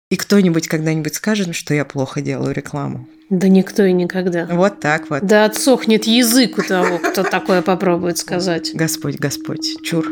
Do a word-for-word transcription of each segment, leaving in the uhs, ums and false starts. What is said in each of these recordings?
И кто-нибудь когда-нибудь скажет, что я плохо делаю рекламу? Да никто и никогда. Вот так вот. Да отсохнет язык у того, кто такое попробует сказать. Господь, Господь, чур.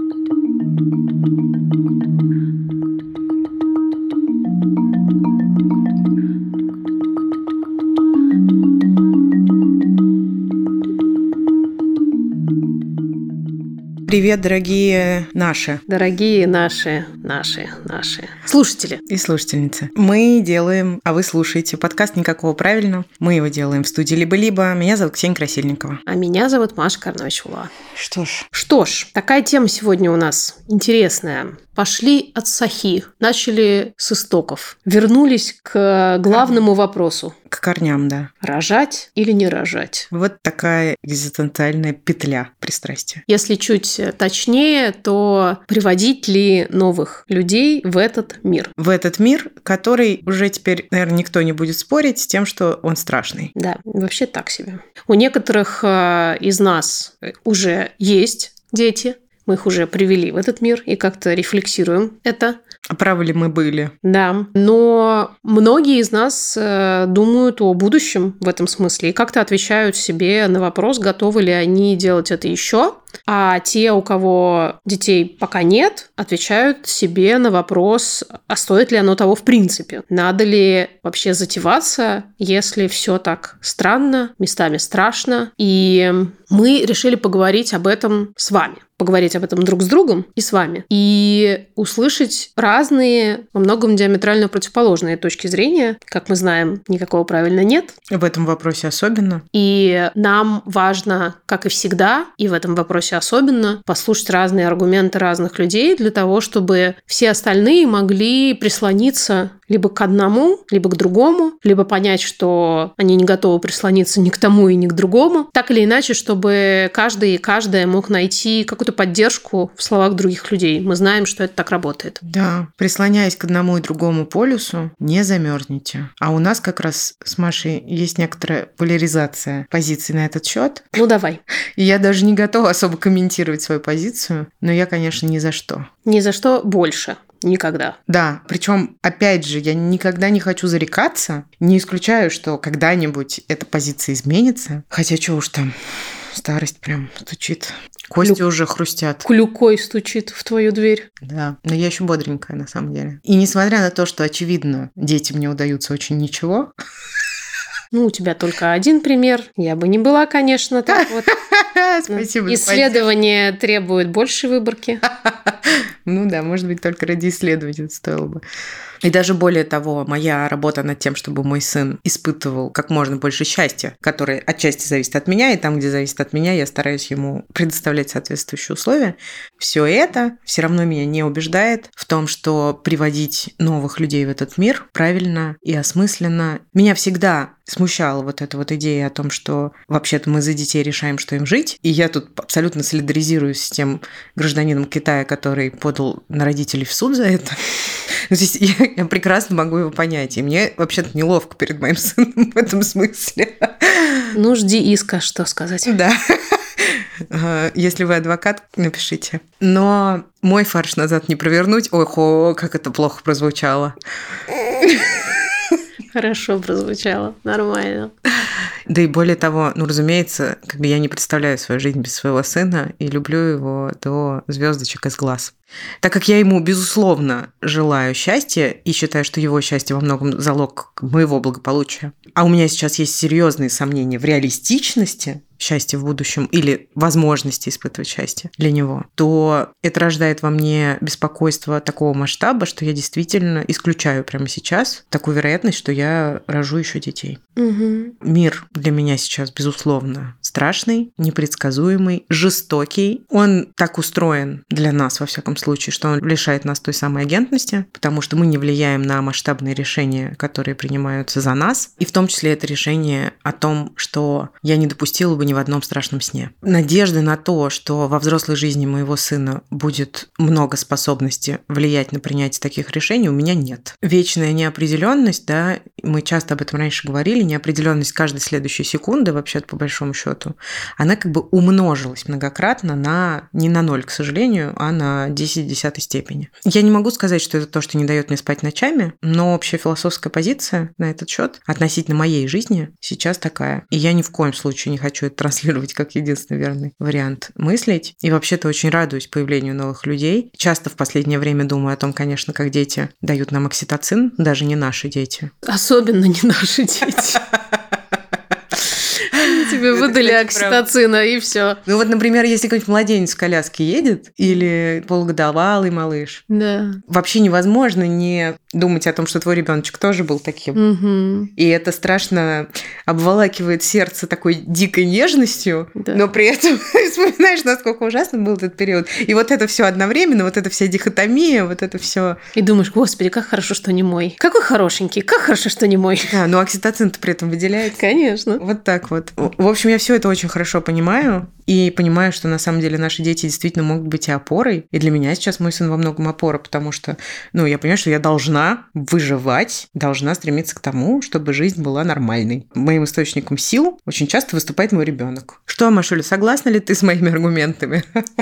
Привет, дорогие наши. Дорогие наши, наши, наши слушатели. И слушательницы. Мы делаем, а вы слушаете подкаст «Никакого правильно». Мы его делаем в студии «Либо-либо». Меня зовут Ксения Красильникова. А меня зовут Маша Карнович-Ула. Что ж. Что ж, такая тема сегодня у нас интересная. Пошли от сахи, начали с истоков, вернулись к главному вопросу. К корням, да. Рожать или не рожать? Вот такая экзистенциальная петля пристрастия. Если чуть точнее, то приводить ли новых людей в этот мир? В этот мир, который уже теперь, наверное, никто не будет спорить с тем, что он страшный. Да, вообще так себе. У некоторых из нас уже есть дети. Мы их уже привели в этот мир и как-то рефлексируем это. А правы ли мы были? Да, но многие из нас думают о будущем в этом смысле и как-то отвечают себе на вопрос, готовы ли они делать это еще. А те, у кого детей пока нет, отвечают себе на вопрос, а стоит ли оно того в принципе? Надо ли вообще затеваться, если все так странно, местами страшно? И мы решили поговорить об этом с вами. Поговорить об этом друг с другом и с вами. И услышать разные, во многом диаметрально противоположные точки зрения. Как мы знаем, никакого правильно нет. В этом вопросе особенно. И нам важно, как и всегда, и в этом вопросе особенно, послушать разные аргументы разных людей для того, чтобы все остальные могли прислониться либо к одному, либо к другому, либо понять, что они не готовы прислониться ни к тому и ни к другому. Так или иначе, чтобы каждый и каждая мог найти какую-то поддержку в словах других людей. Мы знаем, что это так работает. Да, прислоняясь к одному и другому полюсу, не замерзнете. А у нас как раз с Машей есть некоторая поляризация позиций на этот счет. Ну, давай. И я даже не готова особо комментировать свою позицию, но я, конечно, ни за что. Ни за что больше. Никогда. Да, причем, опять же, я никогда не хочу зарекаться, не исключаю, что когда-нибудь эта позиция изменится. Хотя, что уж там, старость прям стучит. Кости Клю... уже хрустят. Клюкой стучит в твою дверь. Да, но я еще бодренькая, на самом деле. И несмотря на то, что, очевидно, дети мне удаются очень ничего. Ну, у тебя только один пример. Я бы не была, конечно, так вот. Спасибо. Исследование требует большей выборки. Ну да, может быть, только ради исследования стоило бы. И даже более того, моя работа над тем, чтобы мой сын испытывал как можно больше счастья, которое отчасти зависит от меня, и там, где зависит от меня, я стараюсь ему предоставлять соответствующие условия. Все это все равно меня не убеждает в том, что приводить новых людей в этот мир правильно и осмысленно. Меня всегда смущала вот эта вот идея о том, что вообще-то мы за детей решаем, что им жить. И я тут абсолютно солидаризируюсь с тем гражданином Китая, который подал на родителей в суд за это. Здесь я, я прекрасно могу его понять. И мне вообще-то неловко перед моим сыном в этом смысле. Ну, жди иска, что сказать. Да. Если вы адвокат, напишите. Но мой фарш назад не провернуть. Ой-хо, как это плохо прозвучало. Хорошо прозвучало, нормально. Да и более того, ну, разумеется, как бы я не представляю свою жизнь без своего сына и люблю его до звездочек из глаз. Так как я ему, безусловно, желаю счастья и считаю, что его счастье во многом залог моего благополучия, а у меня сейчас есть серьезные сомнения в реалистичности счастья в будущем или возможности испытывать счастье для него, то это рождает во мне беспокойство такого масштаба, что я действительно исключаю прямо сейчас такую вероятность, что я рожу еще детей. Угу. Мир для меня сейчас, безусловно, страшный, непредсказуемый, жестокий. Он так устроен для нас, во всяком случае, что он лишает нас той самой агентности, потому что мы не влияем на масштабные решения, которые принимаются за нас. И в том числе это решение о том, что я не допустила бы ни в одном страшном сне. Надежды на то, что во взрослой жизни моего сына будет много способности влиять на принятие таких решений, у меня нет. Вечная неопределенность, да, мы часто об этом раньше говорили, неопределенность каждой следующей секунды, вообще-то по большому счету, она как бы умножилась многократно на, не на ноль, к сожалению, а на десять десять в десятой степени. Я не могу сказать, что это то, что не дает мне спать ночами, но общая философская позиция на этот счет относительно моей жизни сейчас такая. И я ни в коем случае не хочу это транслировать как единственный верный вариант мыслить. И вообще-то очень радуюсь появлению новых людей. Часто в последнее время думаю о том, конечно, как дети дают нам окситоцин, даже не наши дети. Особенно не наши дети. Тебе Это, выдали кстати, окситоцина, правда. И все. Ну вот, например, если какой-нибудь младенец в коляске едет или полугодовалый малыш, Да. вообще невозможно не думать о том, что твой ребеночек тоже был таким. Угу. И это страшно обволакивает сердце такой дикой нежностью, Да. но при этом вспоминаешь, насколько ужасно был этот период. И вот это все одновременно, вот эта вся дихотомия, вот это все. И думаешь, господи, как хорошо, что не мой. Какой хорошенький, как хорошо, что не мой. А, ну окситоцин-то при этом выделяется. Конечно. Вот так вот. В общем, я все это очень хорошо понимаю. И понимаю, что на самом деле наши дети действительно могут быть и опорой. И для меня сейчас мой сын во многом опора, потому что, ну, я понимаю, что я должна выживать, должна стремиться к тому, чтобы жизнь была нормальной. Моим источником сил очень часто выступает мой ребенок. Что, Машуля, согласна ли ты с моими аргументами?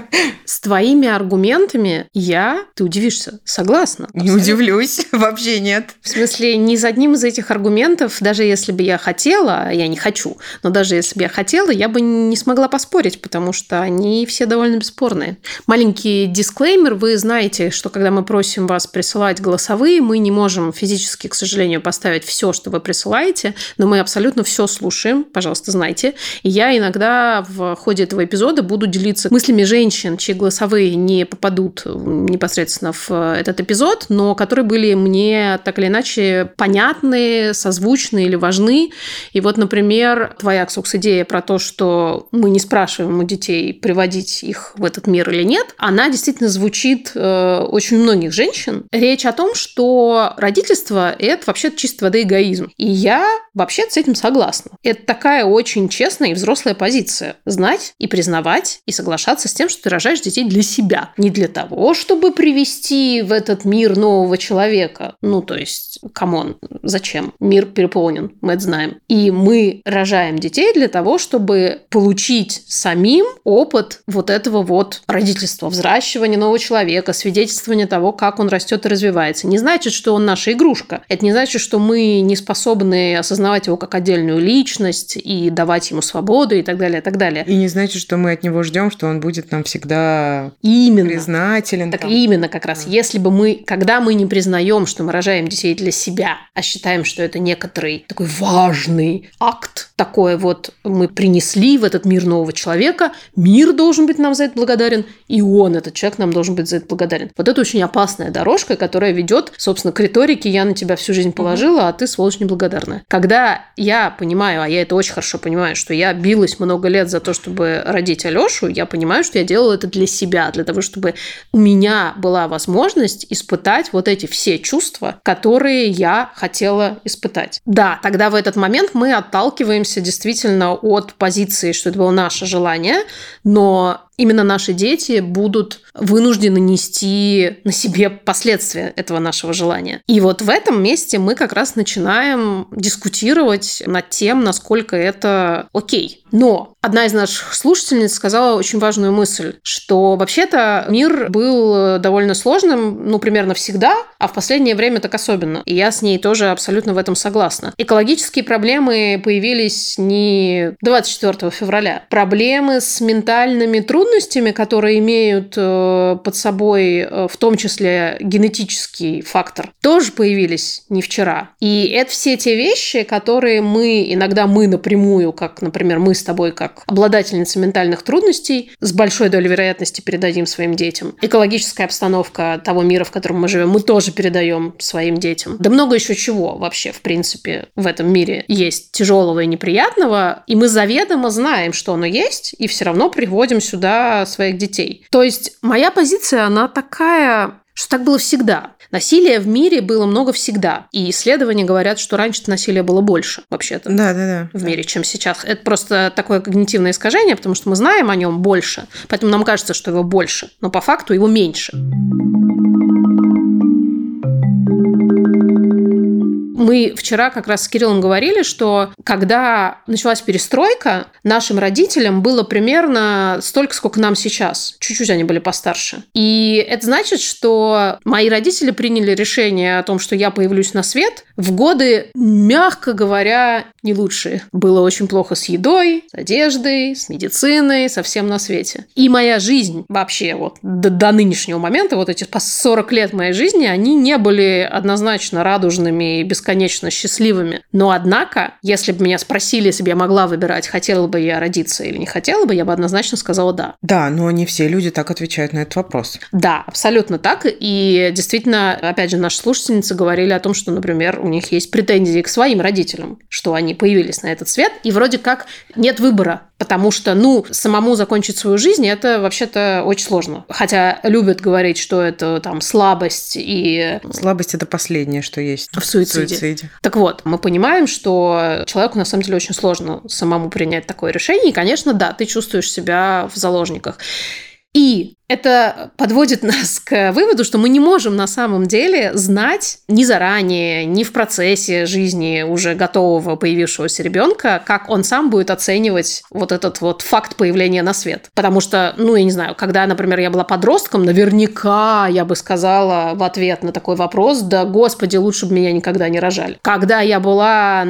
С твоими аргументами я, ты удивишься, согласна. Не Абсолютно. удивлюсь, вообще нет. В смысле, ни с одним из этих аргументов, даже если бы я хотела, а я не хочу, но даже если бы я хотела, я бы не смогла поспорить, потому что они все довольно бесспорные. Маленький дисклеймер. Вы знаете, что когда мы просим вас присылать голосовые, мы не можем физически, к сожалению, поставить все, что вы присылаете, но мы абсолютно все слушаем, пожалуйста, знайте. И я иногда в ходе этого эпизода буду делиться мыслями женщин, чьи голосовые не попадут непосредственно в этот эпизод, но которые были мне так или иначе понятны, созвучны или важны. И вот, например, твоя, Ксукс, идея про то, что мы не спрашиваем у детей, приводить их в этот мир или нет, она действительно звучит э, очень многих женщин. Речь о том, что родительство – это вообще чистой воды эгоизм. И я вообще с этим согласна. Это такая очень честная и взрослая позиция. Знать и признавать, и соглашаться с тем, что ты рожаешь детей для себя. Не для того, чтобы привести в этот мир нового человека. Ну, то есть, камон, зачем? Мир переполнен, мы это знаем. И мы рожаем детей для того, чтобы получить самим опыт вот этого вот родительства, взращивания нового человека, свидетельствования того, как он растет и развивается. Не значит, что он наша игрушка. Это не значит, что мы не способны осознавать его как отдельную личность и давать ему свободу и так далее, и так далее. И не значит, что мы от него ждем, что он будет нам всегда именно признателен. Так там. именно как раз. Да. Если бы мы, когда мы не признаем, что мы рожаем детей для себя, а считаем, что это некоторый такой важный акт, такое вот мы принесли в этот мир нового человека, мир должен быть нам за это благодарен, и он, этот человек, нам должен быть за это благодарен. Вот это очень опасная дорожка, которая ведет, собственно, к риторике «я на тебя всю жизнь положила, mm-hmm. а ты, сволочь, неблагодарная». Когда я понимаю, а я это очень хорошо понимаю, что я билась много лет за то, чтобы родить Алёшу, я понимаю, что я делала это для себя, для того, чтобы у меня была возможность испытать вот эти все чувства, которые я хотела испытать. Да, тогда в этот момент мы отталкиваемся действительно от позиции, что это было наше желание, но именно наши дети будут вынуждены нести на себе последствия этого нашего желания. И вот в этом месте мы как раз начинаем дискутировать над тем, насколько это окей. Но одна из наших слушательниц сказала очень важную мысль, что вообще-то мир был довольно сложным, ну, примерно всегда, а в последнее время так особенно. И я с ней тоже абсолютно в этом согласна. Экологические проблемы появились не двадцать четвёртого февраля. Проблемы с ментальными трудностями, которые имеют под собой в том числе генетический фактор, тоже появились не вчера. И это все те вещи, которые мы, иногда мы напрямую, как, например, мы с тобой, как обладательницы ментальных трудностей, с большой долей вероятности передадим своим детям. Экологическая обстановка того мира, в котором мы живем, мы тоже передаем своим детям. Да много еще чего вообще, в принципе, в этом мире есть тяжелого и неприятного, и мы заведомо знаем, что оно есть, и все равно приводим сюда своих детей. То есть моя позиция, она такая, что так было всегда. Насилия в мире было много всегда. И исследования говорят, что раньше насилия было больше, вообще-то, да, да, да. в мире, чем сейчас. Это просто такое когнитивное искажение, потому что мы знаем о нем больше, поэтому нам кажется, что его больше, но по факту его меньше. Мы вчера как раз с Кириллом говорили, что когда началась перестройка, нашим родителям было примерно столько, сколько нам сейчас. Чуть-чуть они были постарше. И это значит, что мои родители приняли решение о том, что я появлюсь на свет в годы, мягко говоря, не лучшие. Было очень плохо с едой, с одеждой, с медициной, со всем на свете. И моя жизнь вообще вот до, до нынешнего момента, вот эти по сорок лет моей жизни, они не были однозначно радужными и бесконечно счастливыми. Но однако, если бы меня спросили, если бы я могла выбирать, хотела бы я родиться или не хотела бы, я бы однозначно сказала да. Да, но не все люди так отвечают на этот вопрос. Да, абсолютно так. И действительно, опять же, наши слушательницы говорили о том, что, например, у них есть претензии к своим родителям, что они появились на этот свет, и вроде как нет выбора. Потому что, ну, самому закончить свою жизнь, это вообще-то очень сложно. Хотя любят говорить, что это там слабость и... Слабость – это последнее, что есть в суициде. в суициде. Так вот, мы понимаем, что человеку на самом деле очень сложно самому принять такое решение. И, конечно, да, ты чувствуешь себя в заложниках. И это подводит нас к выводу, что мы не можем на самом деле знать ни заранее, ни в процессе жизни уже готового появившегося ребенка, как он сам будет оценивать вот этот вот факт появления на свет. Потому что, ну, я не знаю, когда, например, я была подростком, наверняка я бы сказала в ответ на такой вопрос: да, господи, лучше бы меня никогда не рожали. Когда я была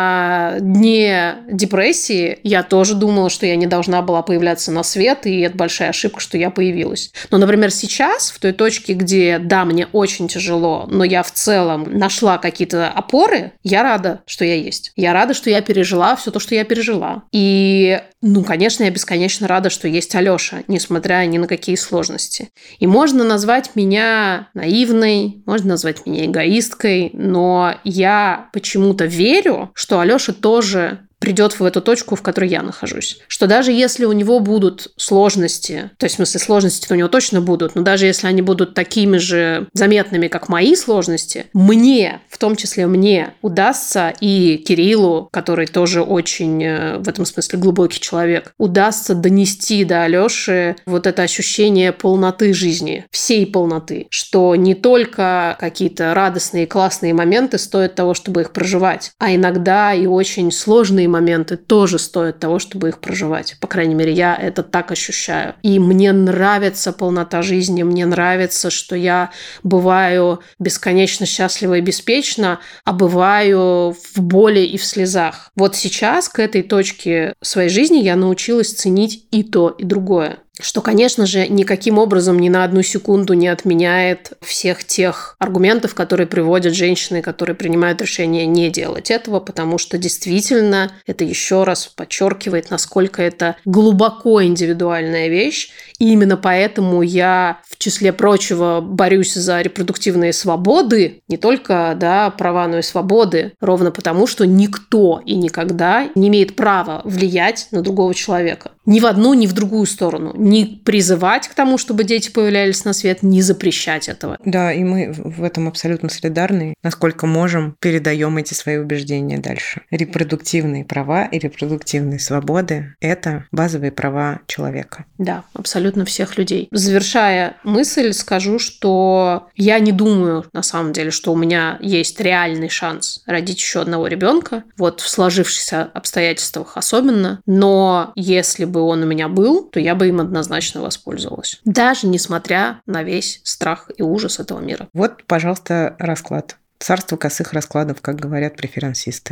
на дне депрессии, я тоже думала, что я не должна была появляться на свет, и это большая ошибка, что я появилась. Но, например, сейчас, в той точке, где, да, мне очень тяжело, но я в целом нашла какие-то опоры, я рада, что я есть. Я рада, что я пережила все то, что я пережила. И, ну, конечно, я бесконечно рада, что есть Алёша, несмотря ни на какие сложности. И можно назвать меня наивной, можно назвать меня эгоисткой, но я почему-то верю, что Алёша тоже придет в эту точку, в которой я нахожусь. Что даже если у него будут сложности, то есть, в смысле, сложности у него точно будут, но даже если они будут такими же заметными, как мои сложности, мне, в том числе мне, удастся, и Кириллу, который тоже очень в этом смысле глубокий человек, удастся донести до Алёши вот это ощущение полноты жизни, всей полноты, что не только какие-то радостные, классные моменты стоят того, чтобы их проживать, а иногда и очень сложные моменты тоже стоят того, чтобы их проживать. По крайней мере, я это так ощущаю. И мне нравится полнота жизни, мне нравится, что я бываю бесконечно счастлива и беспечна, а бываю в боли и в слезах. Вот сейчас к этой точке своей жизни я научилась ценить и то, и другое. Что, конечно же, никаким образом ни на одну секунду не отменяет всех тех аргументов, которые приводят женщины, которые принимают решение не делать этого, потому что действительно это еще раз подчеркивает, насколько это глубоко индивидуальная вещь. И именно поэтому я, в числе прочего, борюсь за репродуктивные свободы, не только, да, права, но и свободы, ровно потому, что никто и никогда не имеет права влиять на другого человека. Ни в одну, ни в другую сторону. Не призывать к тому, чтобы дети появлялись на свет, не запрещать этого. Да, и мы в этом абсолютно солидарны. Насколько можем, передаем эти свои убеждения дальше. Репродуктивные права и репродуктивные свободы – это базовые права человека. Да, абсолютно всех людей. Завершая мысль, скажу, что я не думаю, на самом деле, что у меня есть реальный шанс родить еще одного ребенка, вот в сложившихся обстоятельствах особенно, но если бы он у меня был, то я бы им однозначно воспользовалась. Даже несмотря на весь страх и ужас этого мира. Вот, пожалуйста, расклад. Царство косых раскладов, как говорят преферансисты.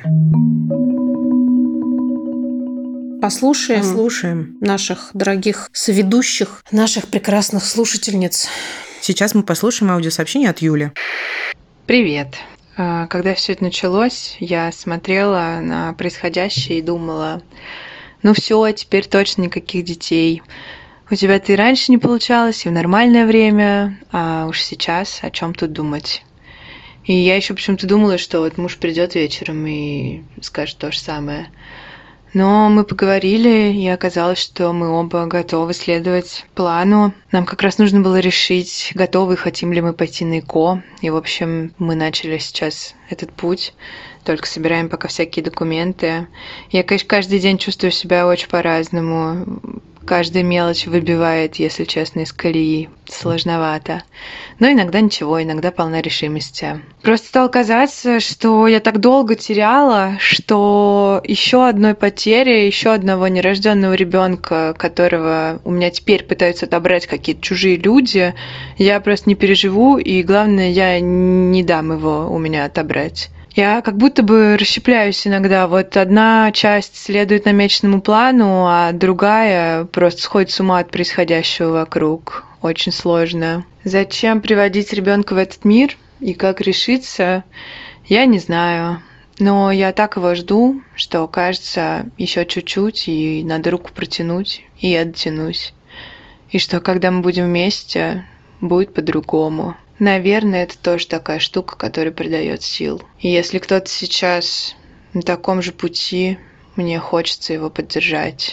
Послушаем, Послушаем наших дорогих соведущих, наших прекрасных слушательниц. Сейчас мы послушаем аудиосообщение от Юли. Привет. Когда все это началось, я смотрела на происходящее и думала: ну все, теперь точно никаких детей. У тебя-то и раньше не получалось, и в нормальное время, а уж сейчас о чем тут думать? И я еще почему-то думала, что вот муж придет вечером и скажет то же самое. Но мы поговорили, и оказалось, что мы оба готовы следовать плану. Нам как раз нужно было решить, готовы, хотим ли мы пойти на ЭКО. И, в общем, мы начали сейчас этот путь, только собираем пока всякие документы. Я, конечно, каждый день чувствую себя очень по-разному. Каждая мелочь выбивает, если честно, из колеи. Сложновато. Но иногда ничего, иногда полна решимости. Просто стало казаться, что я так долго теряла, что еще одной потери, еще одного нерожденного ребенка, которого у меня теперь пытаются отобрать какие-то чужие люди, я просто не переживу, и главное, я не дам его у меня отобрать. Я как будто бы расщепляюсь иногда. Вот одна часть следует намеченному плану, а другая просто сходит с ума от происходящего вокруг. Очень сложно. Зачем приводить ребенка в этот мир и как решиться, я не знаю. Но я так его жду, что кажется, еще чуть-чуть, и надо руку протянуть, и я дотянусь. И что когда мы будем вместе, будет по-другому. Наверное, это тоже такая штука, которая придает сил. И если кто-то сейчас на таком же пути, мне хочется его поддержать.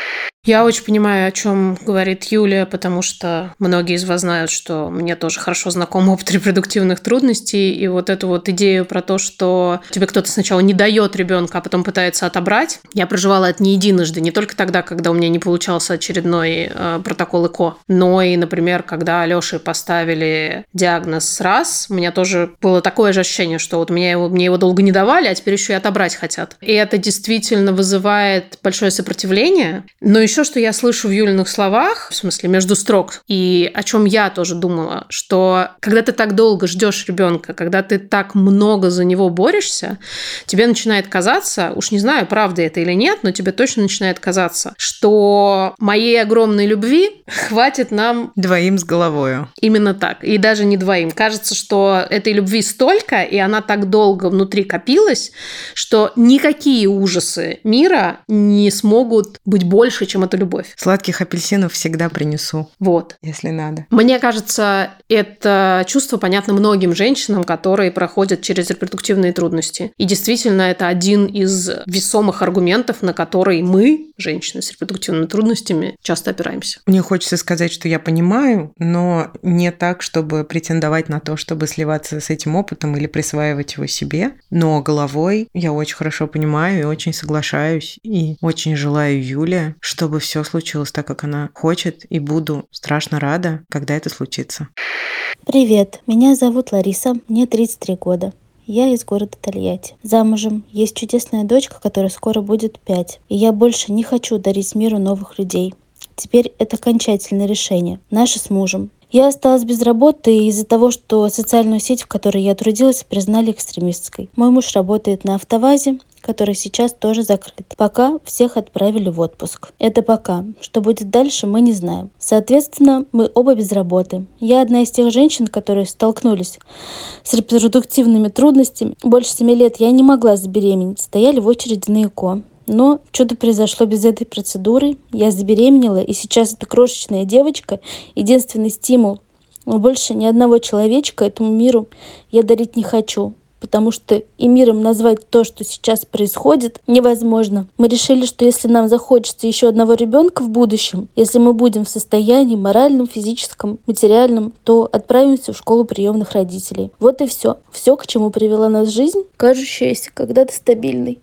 Я очень понимаю, о чем говорит Юлия, потому что многие из вас знают, что мне тоже хорошо знаком опыт репродуктивных трудностей, и вот эту вот идею про то, что тебе кто-то сначала не дает ребенка, а потом пытается отобрать, я проживала это не единожды, не только тогда, когда у меня не получался очередной э, протокол ЭКО, но и, например, когда Алёше поставили диагноз раз, у меня тоже было такое же ощущение, что вот меня его, мне его долго не давали, а теперь еще и отобрать хотят. И это действительно вызывает большое сопротивление, но еще Еще что я слышу в Юлиных словах, в смысле между строк, и о чем я тоже думала, что когда ты так долго ждешь ребенка, когда ты так много за него борешься, тебе начинает казаться, уж не знаю, правда это или нет, но тебе точно начинает казаться, что моей огромной любви хватит нам... Двоим с головою. Именно так. И даже не двоим. Кажется, что этой любви столько, и она так долго внутри копилась, что никакие ужасы мира не смогут быть больше, чем эта любовь. Сладких апельсинов всегда принесу. Вот. Если надо. Мне кажется, это чувство понятно многим женщинам, которые проходят через репродуктивные трудности. И действительно, это один из весомых аргументов, на который мы, женщины с репродуктивными трудностями, часто опираемся. Мне хочется сказать, что я понимаю, но не так, чтобы претендовать на то, чтобы сливаться с этим опытом или присваивать его себе. Но головой я очень хорошо понимаю и очень соглашаюсь, и очень желаю Юле, чтобы все случилось так, как она хочет, и буду страшно рада, когда это случится. Привет, меня зовут Лариса, мне тридцать три года. Я из города Тольятти. Замужем. Есть чудесная дочка, которой скоро будет пять. И я больше не хочу дарить миру новых людей. Теперь это окончательное решение. Наше с мужем. Я осталась без работы из-за того, что социальную сеть, в которой я трудилась, признали экстремистской. Мой муж работает на АвтоВАЗе, который сейчас тоже закрыт. Пока всех отправили в отпуск. Это пока. Что будет дальше, мы не знаем. Соответственно, мы оба без работы. Я одна из тех женщин, которые столкнулись с репродуктивными трудностями. Больше семи лет я не могла забеременеть. Стояли в очереди на ЭКО. Но чудо произошло без этой процедуры. Я забеременела, и сейчас эта крошечная девочка — единственный стимул. Но больше ни одного человечка этому миру я дарить не хочу. Потому что и миром назвать то, что сейчас происходит, невозможно. Мы решили, что если нам захочется еще одного ребенка в будущем, если мы будем в состоянии моральном, физическом, материальном, то отправимся в школу приемных родителей. Вот и все. Все, к чему привела нас жизнь, кажущаяся когда-то стабильной.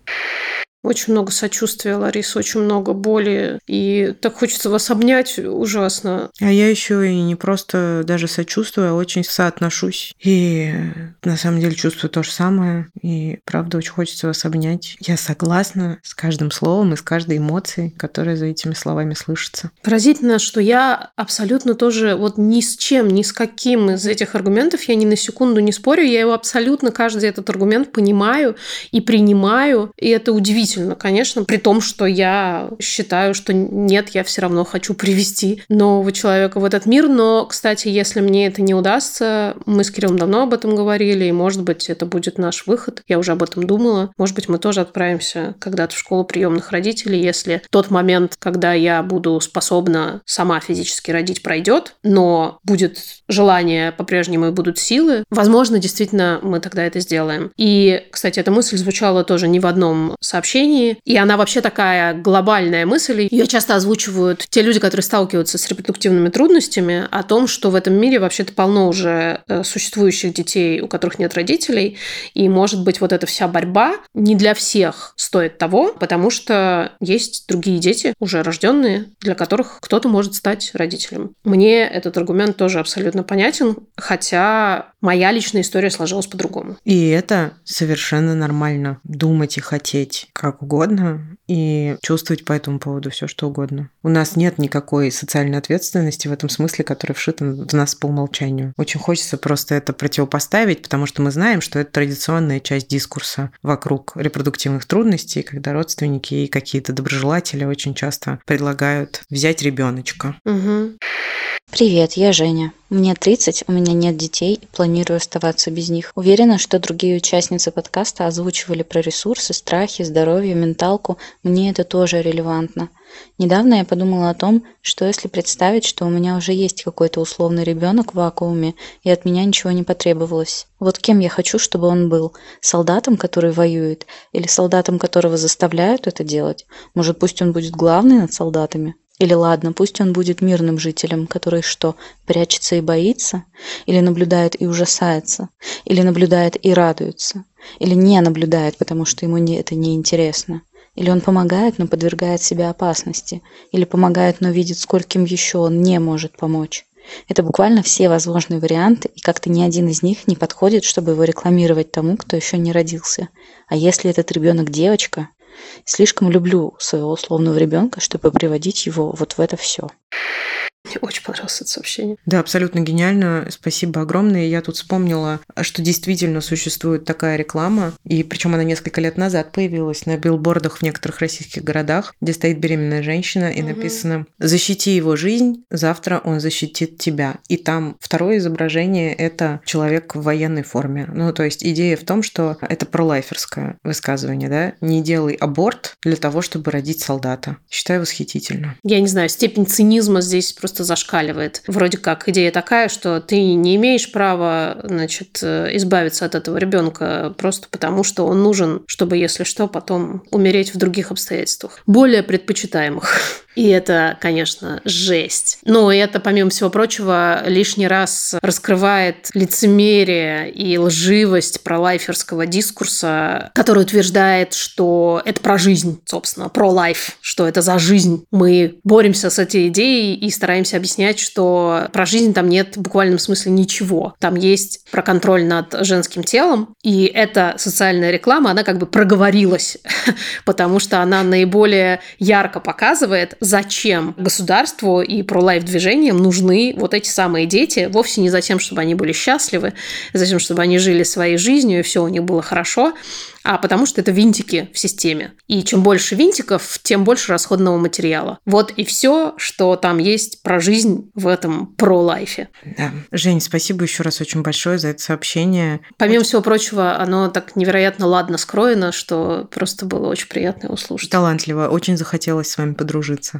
Очень много сочувствия, Лариса, очень много боли. И так хочется вас обнять ужасно. А я еще и не просто даже сочувствую, а очень соотношусь. И на самом деле чувствую то же самое. И правда очень хочется вас обнять. Я согласна с каждым словом и с каждой эмоцией, которая за этими словами слышится. Поразительно, что я абсолютно тоже вот ни с чем, ни с каким из этих аргументов я ни на секунду не спорю. Я его абсолютно, каждый этот аргумент понимаю и принимаю. И это удивительно. Конечно, при том, что я считаю, что нет, я все равно хочу привести нового человека в этот мир. Но, кстати, если мне это не удастся, мы с Кириллом давно об этом говорили, и, может быть, это будет наш выход. Я уже об этом думала. Может быть, мы тоже отправимся когда-то в школу приемных родителей, если тот момент, когда я буду способна сама физически родить, пройдет, но будет желание по-прежнему и будут силы. Возможно, действительно, мы тогда это сделаем. И, кстати, эта мысль звучала тоже не в одном сообщении, сообщении. И она вообще такая глобальная мысль. Ее часто озвучивают те люди, которые сталкиваются с репродуктивными трудностями, о том, что в этом мире вообще-то полно уже существующих детей, у которых нет родителей. И, может быть, вот эта вся борьба не для всех стоит того, потому что есть другие дети, уже рожденные, для которых кто-то может стать родителем. Мне этот аргумент тоже абсолютно понятен, хотя моя личная история сложилась по-другому. И это совершенно нормально. Думать и хотеть как угодно, и чувствовать по этому поводу все что угодно. У нас нет никакой социальной ответственности в этом смысле, которая вшита в нас по умолчанию. Очень хочется просто это противопоставить, потому что мы знаем, что это традиционная часть дискурса вокруг репродуктивных трудностей, когда родственники и какие-то доброжелатели очень часто предлагают взять ребеночка. Угу. Привет, я Женя. Мне тридцать, у меня нет детей и планирую оставаться без них. Уверена, что другие участницы подкаста озвучивали про ресурсы, страхи, здоровье, менталку. Мне это тоже релевантно. Недавно я подумала о том, что если представить, что у меня уже есть какой-то условный ребенок в вакууме, и от меня ничего не потребовалось. Вот кем я хочу, чтобы он был? Солдатом, который воюет? Или солдатом, которого заставляют это делать? Может, пусть он будет главный над солдатами? Или ладно, пусть он будет мирным жителем, который что, прячется и боится? Или наблюдает и ужасается? Или наблюдает и радуется? Или не наблюдает, потому что ему не, это неинтересно? Или он помогает, но подвергает себя опасности? Или помогает, но видит, скольким еще он не может помочь? Это буквально все возможные варианты, и как-то ни один из них не подходит, чтобы его рекламировать тому, кто еще не родился. А если этот ребенок девочка? Слишком люблю своего условного ребенка, чтобы приводить его вот в это все. Мне очень понравилось это сообщение. Да, абсолютно гениально. Спасибо огромное. Я тут вспомнила, что действительно существует такая реклама, и причем она несколько лет назад появилась на билбордах в некоторых российских городах, где стоит беременная женщина, и угу. написано «Защити его жизнь, завтра он защитит тебя». И там второе изображение – это человек в военной форме. Ну, то есть идея в том, что это пролайферское высказывание, да? Не делай аборт для того, чтобы родить солдата. Считаю восхитительно. Я не знаю, степень цинизма здесь просто зашкаливает. Вроде как идея такая, что ты не имеешь права, значит, избавиться от этого ребенка просто потому, что он нужен, чтобы, если что, потом умереть в других обстоятельствах, более предпочитаемых. И это, конечно, жесть. Но это, помимо всего прочего, лишний раз раскрывает лицемерие и лживость пролайферского дискурса, который утверждает, что это про жизнь, собственно, про лайф, что это за жизнь. Мы боремся с этой идеей и стараемся объяснять, что про жизнь там нет в буквальном смысле ничего. Там есть про контроль над женским телом, и эта социальная реклама, она как бы проговорилась, потому что она наиболее ярко показывает, зачем государству и пролайф-движениям нужны вот эти самые дети, вовсе не за тем, чтобы они были счастливы, за тем, чтобы они жили своей жизнью, и все у них было хорошо, а потому что это винтики в системе. И чем больше винтиков, тем больше расходного материала. Вот и все, что там есть про жизнь в этом про-лайфе. Да. Жень, спасибо еще раз очень большое за это сообщение. Помимо очень... всего прочего, оно так невероятно ладно скроено, что просто было очень приятно его слушать. Талантливо. Очень захотелось с вами подружиться.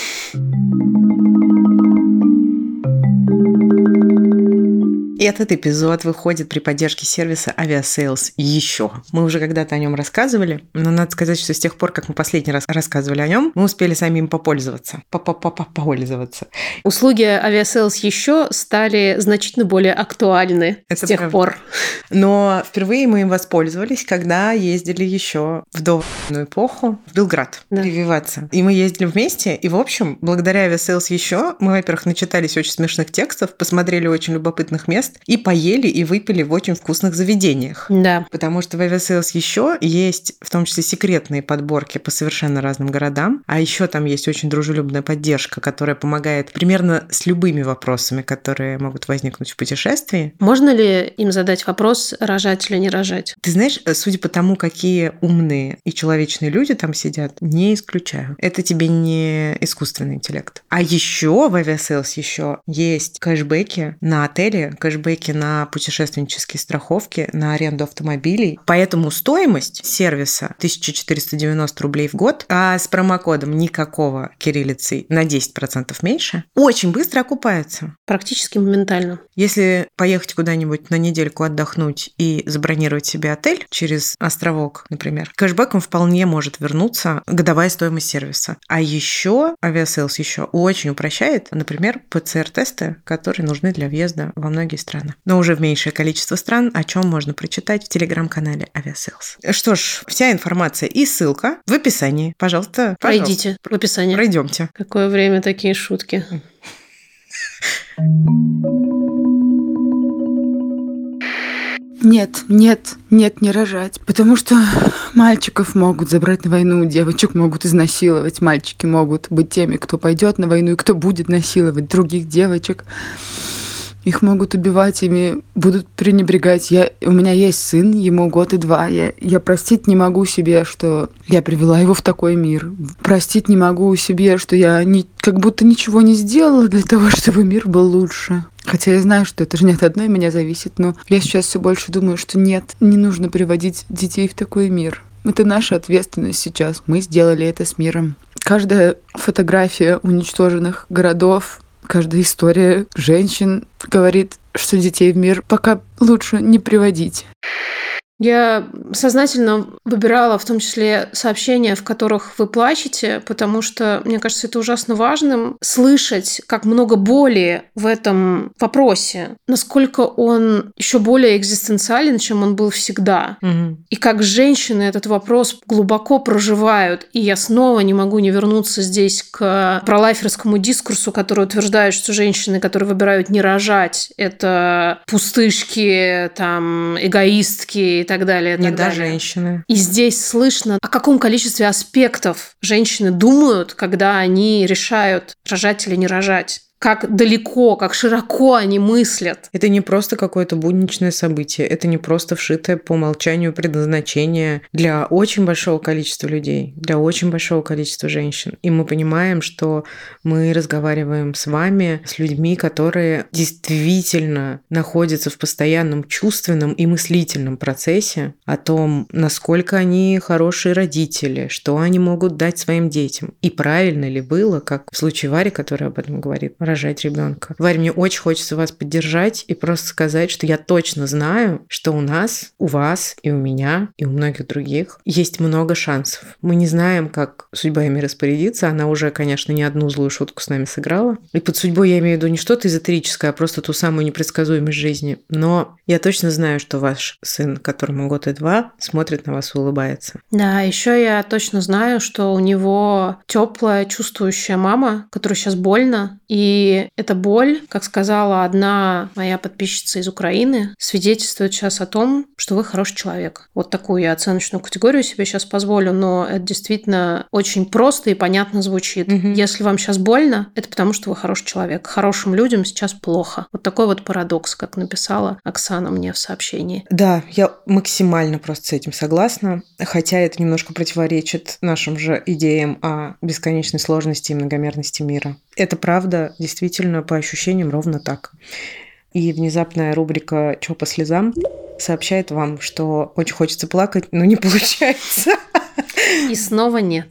И этот эпизод выходит при поддержке сервиса Aviasales еще. Мы уже когда-то о нем рассказывали, но надо сказать, что с тех пор, как мы последний раз рассказывали о нем, мы успели сами им попользоваться. Попользоваться. Услуги Aviasales еще стали значительно более актуальны Это с тех правда. пор. Но впервые мы им воспользовались, когда ездили еще в довоенную эпоху в Белград да. прививаться. И мы ездили вместе, и, в общем, благодаря Aviasales еще мы, во-первых, начитались очень смешных текстов, посмотрели очень любопытных мест, и поели и выпили в очень вкусных заведениях. Да. Потому что в Aviasales еще есть в том числе секретные подборки по совершенно разным городам, а еще там есть очень дружелюбная поддержка, которая помогает примерно с любыми вопросами, которые могут возникнуть в путешествии. Можно ли им задать вопрос, рожать или не рожать? Ты знаешь, судя по тому, какие умные и человечные люди там сидят, не исключаю. Это тебе не искусственный интеллект. А еще в Aviasales еще есть кэшбэки на отели, кэшбэки кэшбэки на путешественнические страховки, на аренду автомобилей. Поэтому стоимость сервиса тысяча четыреста девяносто рублей в год, а с промокодом никакого кириллицей на десять процентов меньше, очень быстро окупается. Практически моментально. Если поехать куда-нибудь на недельку отдохнуть и забронировать себе отель через островок, например, кэшбэком вполне может вернуться годовая стоимость сервиса. А еще Aviasales еще очень упрощает, например, пэ цэ эр-тесты, которые нужны для въезда во многие страны. Но уже в меньшее количество стран, о чем можно прочитать в телеграм-канале Aviasales. Что ж, вся информация и ссылка в описании. Пожалуйста, пройдите пожалуйста, в описание. Пройдемте. Какое время такие шутки. Нет, нет, нет, не рожать. Потому что мальчиков могут забрать на войну, девочек могут изнасиловать, мальчики могут быть теми, кто пойдет на войну и кто будет насиловать других девочек. Их могут убивать, ими будут пренебрегать. Я, у меня есть сын, ему год и два. Я, я простить не могу себе, что я привела его в такой мир. Простить не могу себе, что я не, как будто ничего не сделала для того, чтобы мир был лучше. Хотя я знаю, что это же не от одной меня зависит, но я сейчас все больше думаю, что нет, не нужно приводить детей в такой мир. Это наша ответственность сейчас. Мы сделали это с миром. Каждая фотография уничтоженных городов, каждая история женщин говорит, что детей в мир пока лучше не приводить. Я сознательно выбирала в том числе сообщения, в которых вы плачете, потому что, мне кажется, это ужасно важным слышать, как много боли в этом вопросе, насколько он еще более экзистенциален, чем он был всегда. Угу. И как женщины этот вопрос глубоко проживают. И я снова не могу не вернуться здесь к пролайферскому дискурсу, который утверждает, что женщины, которые выбирают не рожать, это пустышки, там, эгоистки и так далее. И не так да, далее. женщины. И здесь слышно, о каком количестве аспектов женщины думают, когда они решают, рожать или не рожать. Как далеко, как широко они мыслят. Это не просто какое-то будничное событие, это не просто вшитое по умолчанию предназначение для очень большого количества людей, для очень большого количества женщин. И мы понимаем, что мы разговариваем с вами, с людьми, которые действительно находятся в постоянном чувственном и мыслительном процессе о том, насколько они хорошие родители, что они могут дать своим детям. И правильно ли было, как в случае Вари, которая об этом говорит, рожать ребенка. Варя, мне очень хочется вас поддержать и просто сказать, что я точно знаю, что у нас, у вас и у меня, и у многих других есть много шансов. Мы не знаем, как судьба ими распорядится. Она уже, конечно, не одну злую шутку с нами сыграла. И под судьбой я имею в виду не что-то эзотерическое, а просто ту самую непредсказуемость жизни. Но я точно знаю, что ваш сын, которому год и два, смотрит на вас и улыбается. Да, еще я точно знаю, что у него теплая, чувствующая мама, которой сейчас больно, и И эта боль, как сказала одна моя подписчица из Украины, свидетельствует сейчас о том, что вы хороший человек. Вот такую я оценочную категорию себе сейчас позволю, но это действительно очень просто и понятно звучит. Mm-hmm. Если вам сейчас больно, это потому, что вы хороший человек. Хорошим людям сейчас плохо. Вот такой вот парадокс, как написала Оксана мне в сообщении. Да, я максимально просто с этим согласна, хотя это немножко противоречит нашим же идеям о бесконечной сложности и многомерности мира. Это правда, действительно, по ощущениям ровно так. И внезапная рубрика «Чё по слезам» сообщает вам, что очень хочется плакать, но не получается. И снова нет.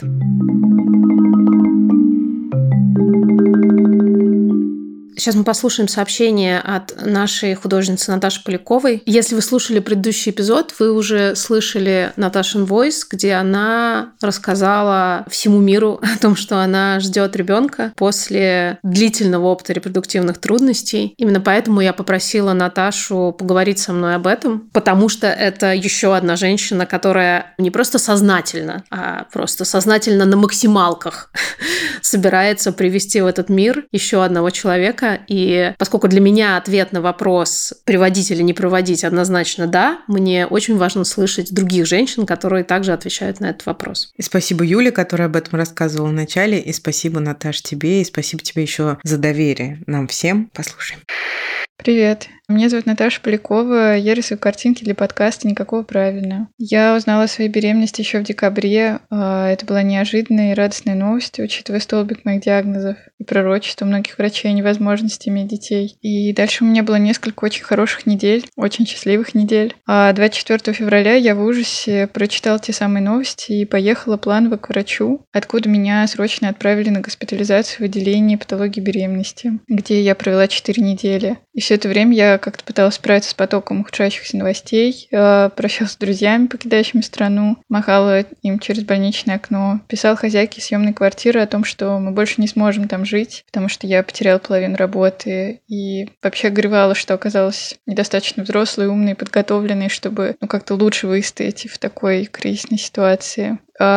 Сейчас мы послушаем сообщение от нашей художницы Наташи Поляковой. Если вы слушали предыдущий эпизод, вы уже слышали Наташин войс, где она рассказала всему миру о том, что она ждет ребенка после длительного опыта репродуктивных трудностей. Именно поэтому я попросила Наташу поговорить со мной об этом, потому что это еще одна женщина, которая не просто сознательно, а просто сознательно на максималках собирается привести в этот мир еще одного человека. И поскольку для меня ответ на вопрос, приводить или не приводить, однозначно да, мне очень важно слышать других женщин, которые также отвечают на этот вопрос. И спасибо Юле, которая об этом рассказывала в начале, и спасибо, Наташ, тебе, и спасибо тебе еще за доверие нам всем. Послушаем. Привет, меня зовут Наташа Полякова, я рисую картинки для подкаста «Никакого правильно». Я узнала о своей беременности еще в декабре, это была неожиданная и радостная новость, учитывая столбик моих диагнозов и пророчеств у многих врачей о невозможности возможности иметь детей. И дальше у меня было несколько очень хороших недель, очень счастливых недель. А двадцать четвёртого февраля я в ужасе прочитала те самые новости и поехала планово к врачу, откуда меня срочно отправили на госпитализацию в отделение патологии беременности, где я провела четыре недели. И все это время я как-то пыталась справиться с потоком ухудшающихся новостей, прощалась с друзьями, покидающими страну, махала им через больничное окно, писала хозяйке съемной квартиры о том, что мы больше не сможем там жить, потому что я потеряла половину работы, и вообще горевала, что оказалась недостаточно взрослой, умной, подготовленной, чтобы ну, как-то лучше выстоять в такой кризисной ситуации.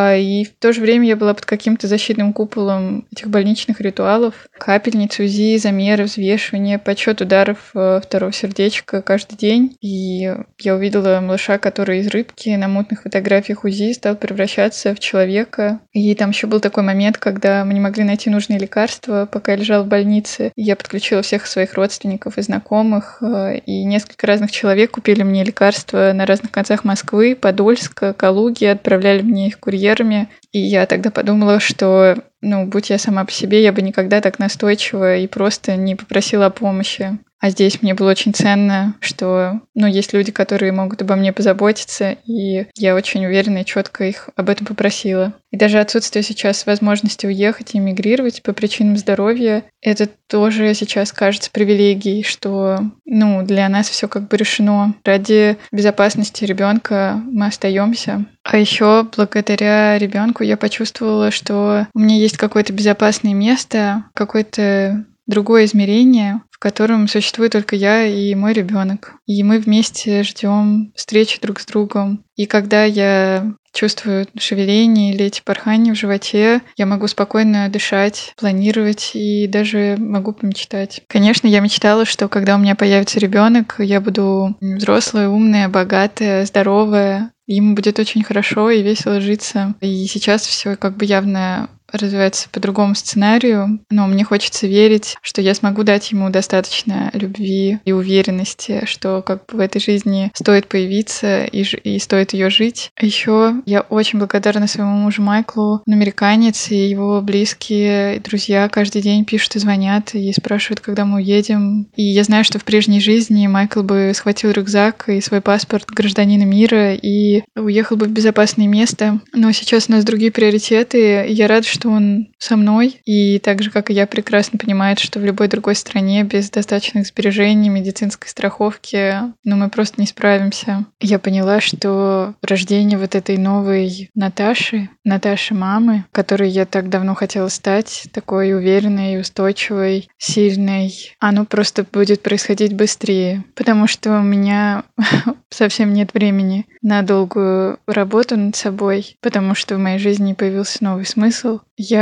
И в то же время я была под каким-то защитным куполом этих больничных ритуалов. Капельницы, УЗИ, замеры, взвешивания, подсчет ударов второго сердечка каждый день. И я увидела малыша, который из рыбки на мутных фотографиях УЗИ стал превращаться в человека. И там еще был такой момент, когда мы не могли найти нужные лекарства, пока я лежала в больнице. И я подключила всех своих родственников и знакомых. И несколько разных человек купили мне лекарства на разных концах Москвы, Подольска, Калуги, отправляли мне их курьерами. И я тогда подумала, что, ну, будь я сама по себе, я бы никогда так настойчиво и просто не попросила о помощи. А здесь мне было очень ценно, что, ну, есть люди, которые могут обо мне позаботиться, и я очень уверенно и четко их об этом попросила. И даже отсутствие сейчас возможности уехать и эмигрировать по причинам здоровья, это тоже сейчас кажется привилегией, что, ну, для нас все как бы решено. Ради безопасности ребенка мы остаемся. А еще благодаря ребенку я почувствовала, что у меня есть какое-то безопасное место, какое-то другое измерение, в котором существует только я и мой ребенок. И мы вместе ждем встречи друг с другом. И когда я чувствую шевеление или эти порхания в животе, я могу спокойно дышать, планировать и даже могу помечтать. Конечно, я мечтала, что когда у меня появится ребенок, я буду взрослая, умная, богатая, здоровая. Ему будет очень хорошо и весело житься. И сейчас все как бы явно развивается по другому сценарию, но мне хочется верить, что я смогу дать ему достаточно любви и уверенности, что как бы в этой жизни стоит появиться и, ж- и стоит ее жить. А еще я очень благодарна своему мужу Майклу. Он американец, и его близкие и друзья каждый день пишут и звонят, и спрашивают, когда мы уедем. И я знаю, что в прежней жизни Майкл бы схватил рюкзак и свой паспорт гражданина мира и уехал бы в безопасное место. Но сейчас у нас другие приоритеты, и я рада, что он со мной, и так же, как и я, прекрасно понимает, что в любой другой стране без достаточных сбережений, медицинской страховки, ну, мы просто не справимся. Я поняла, что рождение вот этой новой Наташи, Наташи мамы, которой я так давно хотела стать, такой уверенной, устойчивой, сильной, оно просто будет происходить быстрее, потому что у меня совсем нет времени на долгую работу над собой, потому что в моей жизни появился новый смысл.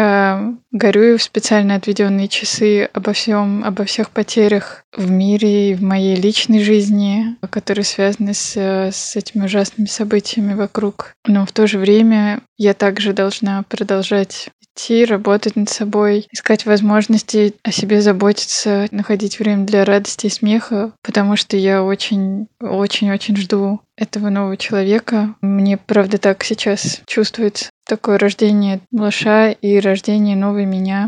Я горюю в специально отведенные часы обо всем, обо всех потерях в мире и в моей личной жизни, которые связаны с, с этими ужасными событиями вокруг. Но в то же время я также должна продолжать идти, работать над собой, искать возможности о себе заботиться, находить время для радости и смеха, потому что я очень-очень-очень жду этого нового человека. Мне, правда, так сейчас чувствуется такое рождение малыша и рождение новой меня.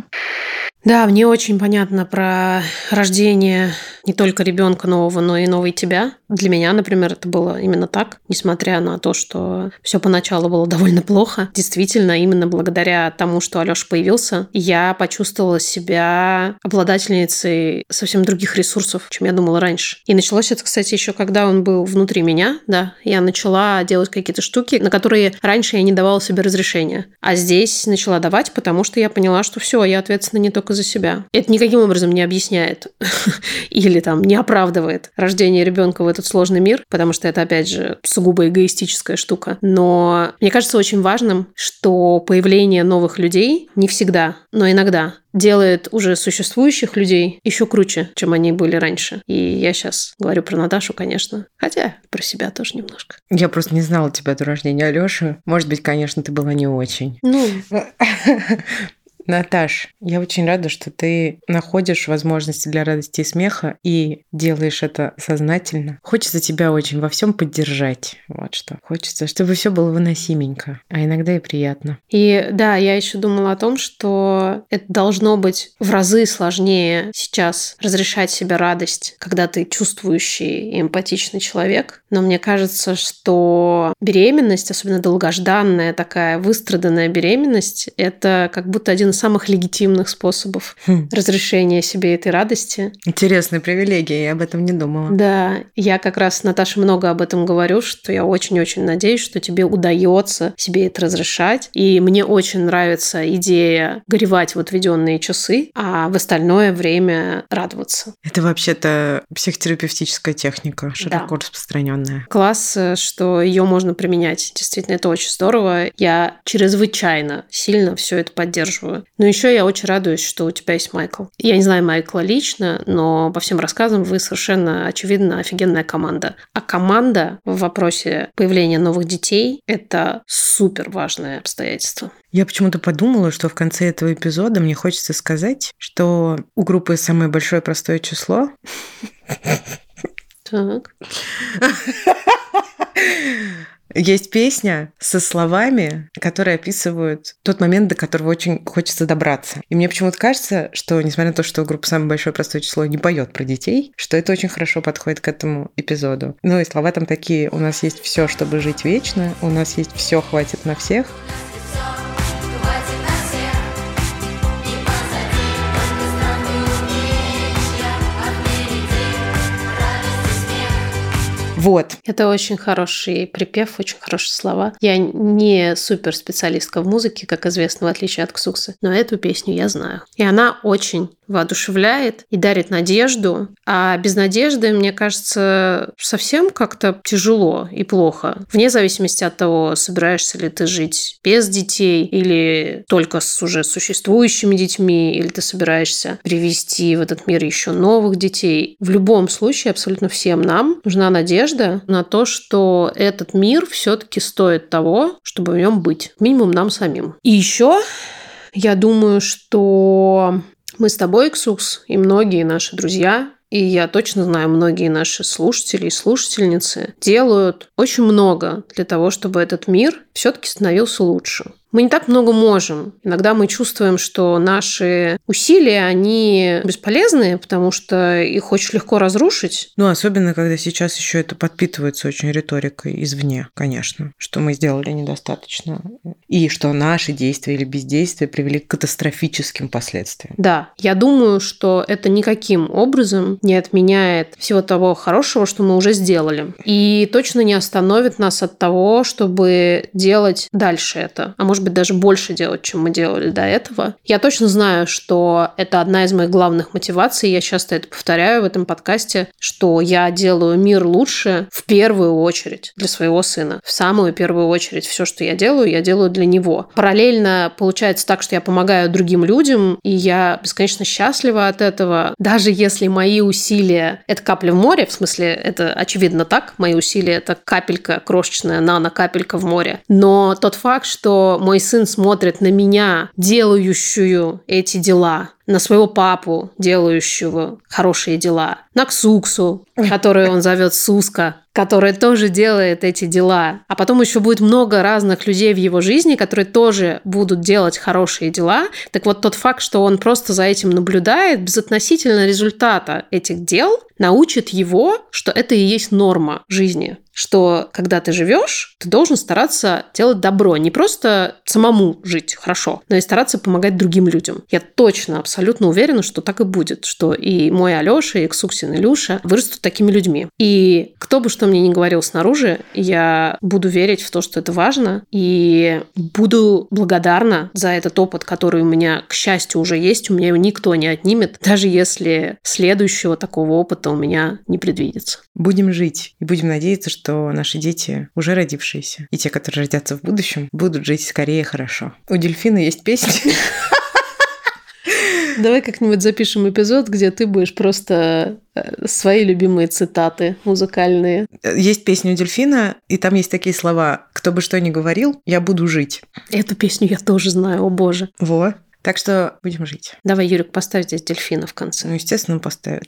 Да, мне очень понятно про рождение не только ребенка нового, но и новой тебя. Для меня, например, это было именно так, несмотря на то, что все поначалу было довольно плохо. Действительно, именно благодаря тому, что Алёша появился, я почувствовала себя обладательницей совсем других ресурсов, чем я думала раньше. И началось это, кстати, еще когда он был внутри меня, да, я начала делать какие-то штуки, на которые раньше я не давала себе разрешения. А здесь начала давать, потому что я поняла, что все, я ответственна не только за себя. Это никаким образом не объясняет или там не оправдывает рождение ребенка в этот сложный мир, потому что это, опять же, сугубо эгоистическая штука. Но мне кажется очень важным, что появление новых людей не всегда, но иногда делает уже существующих людей еще круче, чем они были раньше. И я сейчас говорю про Наташу, конечно, хотя про себя тоже немножко. Я просто не знала тебя до рождения Алёши. Может быть, конечно, ты была не очень. Ну... Наташ, я очень рада, что ты находишь возможности для радости и смеха и делаешь это сознательно. Хочется тебя очень во всем поддержать. Вот что. Хочется, чтобы все было выносименько, а иногда и приятно. И да, я еще думала о том, что это должно быть в разы сложнее сейчас разрешать себе радость, когда ты чувствующий и эмпатичный человек. Но мне кажется, что беременность, особенно долгожданная такая выстраданная беременность, это как будто один из самых легитимных способов хм. разрешения себе этой радости. Интересная привилегия, я об этом не думала. Да, я как раз, Наташа, много об этом говорю, что я очень-очень надеюсь, что тебе удается себе это разрешать. И мне очень нравится идея горевать в отведенные часы, а в остальное время радоваться. Это вообще-то психотерапевтическая техника, широко да. распространенная. Класс, что ее можно применять. Действительно, это очень здорово. Я чрезвычайно сильно все это поддерживаю. Но еще я очень радуюсь, что у тебя есть Майкл. Я не знаю Майкла лично, но по всем рассказам вы совершенно, очевидно, офигенная команда. А команда в вопросе появления новых детей – это супер важное обстоятельство. Я почему-то подумала, что в конце этого эпизода мне хочется сказать, что у группы «Самое большое простое число» так. Есть песня со словами, которые описывают тот момент, до которого очень хочется добраться. И мне почему-то кажется, что, несмотря на то, что группа «Самое большое простое число» не поет про детей, что это очень хорошо подходит к этому эпизоду. Ну и слова там такие: у нас есть все, чтобы жить вечно, у нас есть все, хватит на всех. Вот. Это очень хороший припев, очень хорошие слова. Я не суперспециалистка в музыке, как известно, в отличие от Ксуксы, но эту песню я знаю. И она очень воодушевляет и дарит надежду. А без надежды, мне кажется, совсем как-то тяжело и плохо. Вне зависимости от того, собираешься ли ты жить без детей или только с уже существующими детьми, или ты собираешься привести в этот мир еще новых детей. В любом случае, абсолютно всем нам нужна надежда на то, что этот мир все-таки стоит того, чтобы в нем быть. Минимум нам самим. И еще я думаю, что мы с тобой, Ксукс, и многие наши друзья, и я точно знаю, многие наши слушатели и слушательницы делают очень много для того, чтобы этот мир все-таки становился лучше. Мы не так много можем. Иногда мы чувствуем, что наши усилия, они бесполезны, потому что их очень легко разрушить. Ну, особенно, когда сейчас еще это подпитывается очень риторикой извне, конечно, что мы сделали недостаточно. И что наши действия или бездействия привели к катастрофическим последствиям. Да, я думаю, что это никаким образом не отменяет всего того хорошего, что мы уже сделали. И точно не остановит нас от того, чтобы делать дальше это. А может быть, даже больше делать, чем мы делали до этого. Я точно знаю, что это одна из моих главных мотиваций. Я часто это повторяю в этом подкасте, что я делаю мир лучше в первую очередь для своего сына. В самую первую очередь все, что я делаю, я делаю для него. Параллельно получается так, что я помогаю другим людям, и я бесконечно счастлива от этого. Даже если мои усилия – это капля в море, в смысле, это очевидно так, мои усилия – это капелька, крошечная нано-капелька в море. Но тот факт, что мой сын смотрит на меня, делающую эти дела, на своего папу, делающего хорошие дела, на Ксуксу, которую он зовет Суска, которая тоже делает эти дела. А потом еще будет много разных людей в его жизни, которые тоже будут делать хорошие дела. Так вот, тот факт, что он просто за этим наблюдает, безотносительно результата этих дел, научит его, что это и есть норма жизни. Что когда ты живешь, ты должен стараться делать добро. Не просто самому жить хорошо, но и стараться помогать другим людям. Я точно, абсолютно уверена, что так и будет. Что и мой Алёша, и Ксуксин Илюша вырастут такими людьми. И кто бы что мне ни говорил снаружи, я буду верить в то, что это важно. И буду благодарна за этот опыт, который у меня, к счастью, уже есть. У меня его никто не отнимет, даже если следующего такого опыта у меня не предвидится. Будем жить и будем надеяться, что наши дети, уже родившиеся, и те, которые родятся в будущем, будут жить скорее хорошо. У дельфина есть песня. Давай как-нибудь запишем эпизод, где ты будешь просто свои любимые цитаты музыкальные. Есть песня у дельфина, и там есть такие слова: «Кто бы что ни говорил, я буду жить». Эту песню я тоже знаю, о боже. Во. Так что будем жить. Давай, Юрик, поставь здесь дельфина в конце. Ну, естественно, поставят.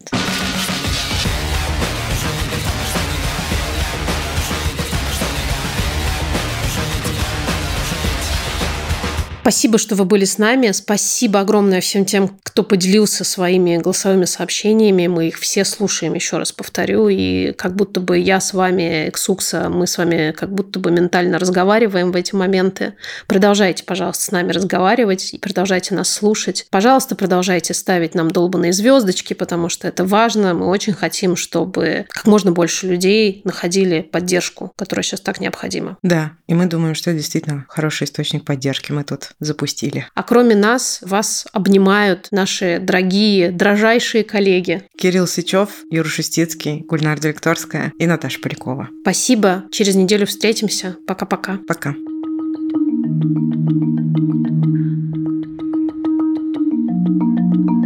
Спасибо, что вы были с нами. Спасибо огромное всем тем, кто поделился своими голосовыми сообщениями. Мы их все слушаем, еще раз повторю. И как будто бы я с вами, Эксукса, мы с вами как будто бы ментально разговариваем в эти моменты. Продолжайте, пожалуйста, с нами разговаривать и продолжайте нас слушать. Пожалуйста, продолжайте ставить нам долбаные звездочки, потому что это важно. Мы очень хотим, чтобы как можно больше людей находили поддержку, которая сейчас так необходима. Да, и мы думаем, что это действительно хороший источник поддержки. Мы тут запустили. А кроме нас, вас обнимают наши дорогие, дрожайшие коллеги. Кирилл Сычев, Юра Шустицкий, Гульнара Делекторская и Наташа Полякова. Спасибо. Через неделю встретимся. Пока-пока. Пока. Thank you.